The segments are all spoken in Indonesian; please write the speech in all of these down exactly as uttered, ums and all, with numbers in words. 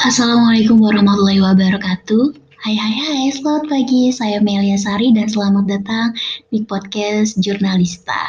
Assalamualaikum warahmatullahi wabarakatuh. Hai hai hai, selamat pagi. Saya Melia Sari dan selamat datang di podcast Jurnalista.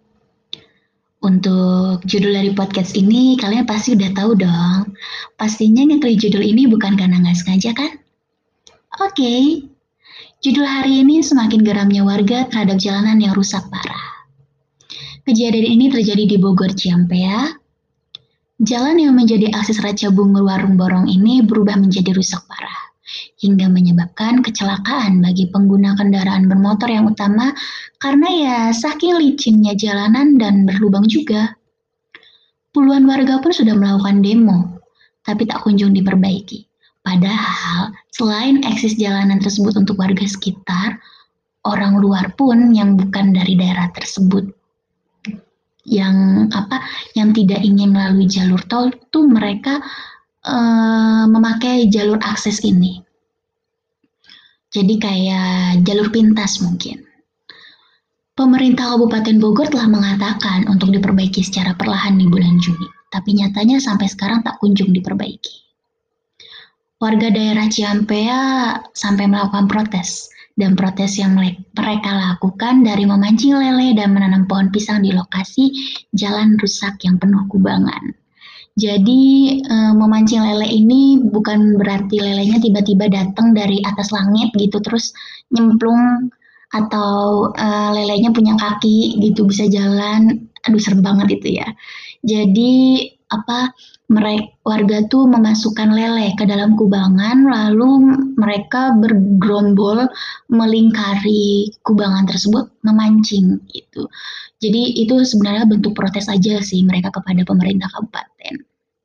Untuk judul dari podcast ini kalian pasti udah tahu dong. Pastinya ngeklik judul ini bukan karena nggak sengaja kan? Oke, judul hari ini semakin geramnya warga terhadap jalanan yang rusak parah. Kejadian ini terjadi di Bogor Ciampea. Jalan yang menjadi akses Raja Bungur Warung Borong ini berubah menjadi rusak parah, hingga menyebabkan kecelakaan bagi pengguna kendaraan bermotor yang utama karena ya saking licinnya jalanan dan berlubang juga. Puluhan warga pun sudah melakukan demo, tapi tak kunjung diperbaiki. Padahal selain eksis jalanan tersebut untuk warga sekitar, orang luar pun yang bukan dari daerah tersebut yang apa yang tidak ingin melalui jalur tol tuh mereka uh, memakai jalur akses ini. Jadi kayak jalur pintas mungkin. Pemerintah Kabupaten Bogor telah mengatakan untuk diperbaiki secara perlahan di bulan Juni, tapi nyatanya sampai sekarang tak kunjung diperbaiki. Warga daerah Ciampea sampai melakukan protes. Dan protes yang mereka lakukan dari memancing lele dan menanam pohon pisang di lokasi jalan rusak yang penuh kubangan. Jadi e, memancing lele ini bukan berarti lelenya tiba-tiba datang dari atas langit gitu terus nyemplung atau e, lelenya punya kaki gitu bisa jalan. Aduh serem banget itu ya. Jadi apa mereka warga tuh memasukkan lele ke dalam kubangan lalu mereka bergerombol melingkari kubangan tersebut memancing gitu. Jadi itu sebenarnya bentuk protes aja sih mereka kepada pemerintah kabupaten.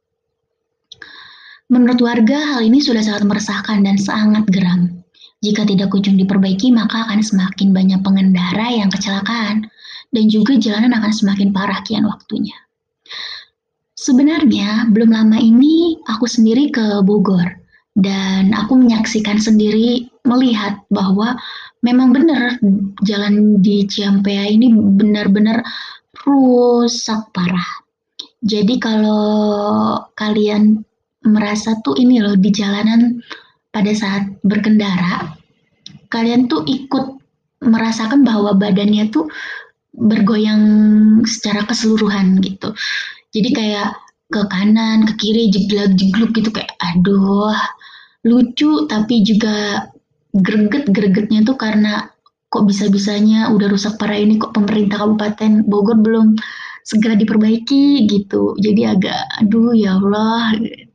Menurut warga hal ini sudah sangat meresahkan dan sangat geram. Jika tidak kunjung diperbaiki maka akan semakin banyak pengendara yang kecelakaan dan juga jalanan akan semakin parah kian waktunya. Sebenarnya belum lama ini aku sendiri ke Bogor dan aku menyaksikan sendiri melihat bahwa memang benar jalan di Ciampea ini benar-benar rusak parah. Jadi kalau kalian merasa tuh ini loh di jalanan pada saat berkendara, kalian tuh ikut merasakan bahwa badannya tuh bergoyang secara keseluruhan gitu. Jadi kayak ke kanan, ke kiri, jeglak-jegluk gitu kayak aduh lucu tapi juga greget-gregetnya tuh karena kok bisa-bisanya udah rusak parah ini kok pemerintah Kabupaten Bogor belum segera diperbaiki gitu. Jadi agak aduh ya Allah.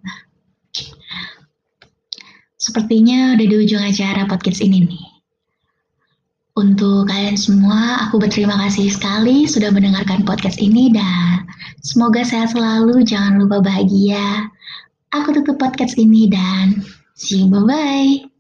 Sepertinya udah di ujung acara podcast ini nih. Untuk kalian semua, aku berterima kasih sekali sudah mendengarkan podcast ini dan semoga sehat selalu, jangan lupa bahagia. Aku tutup podcast ini dan see you, bye-bye.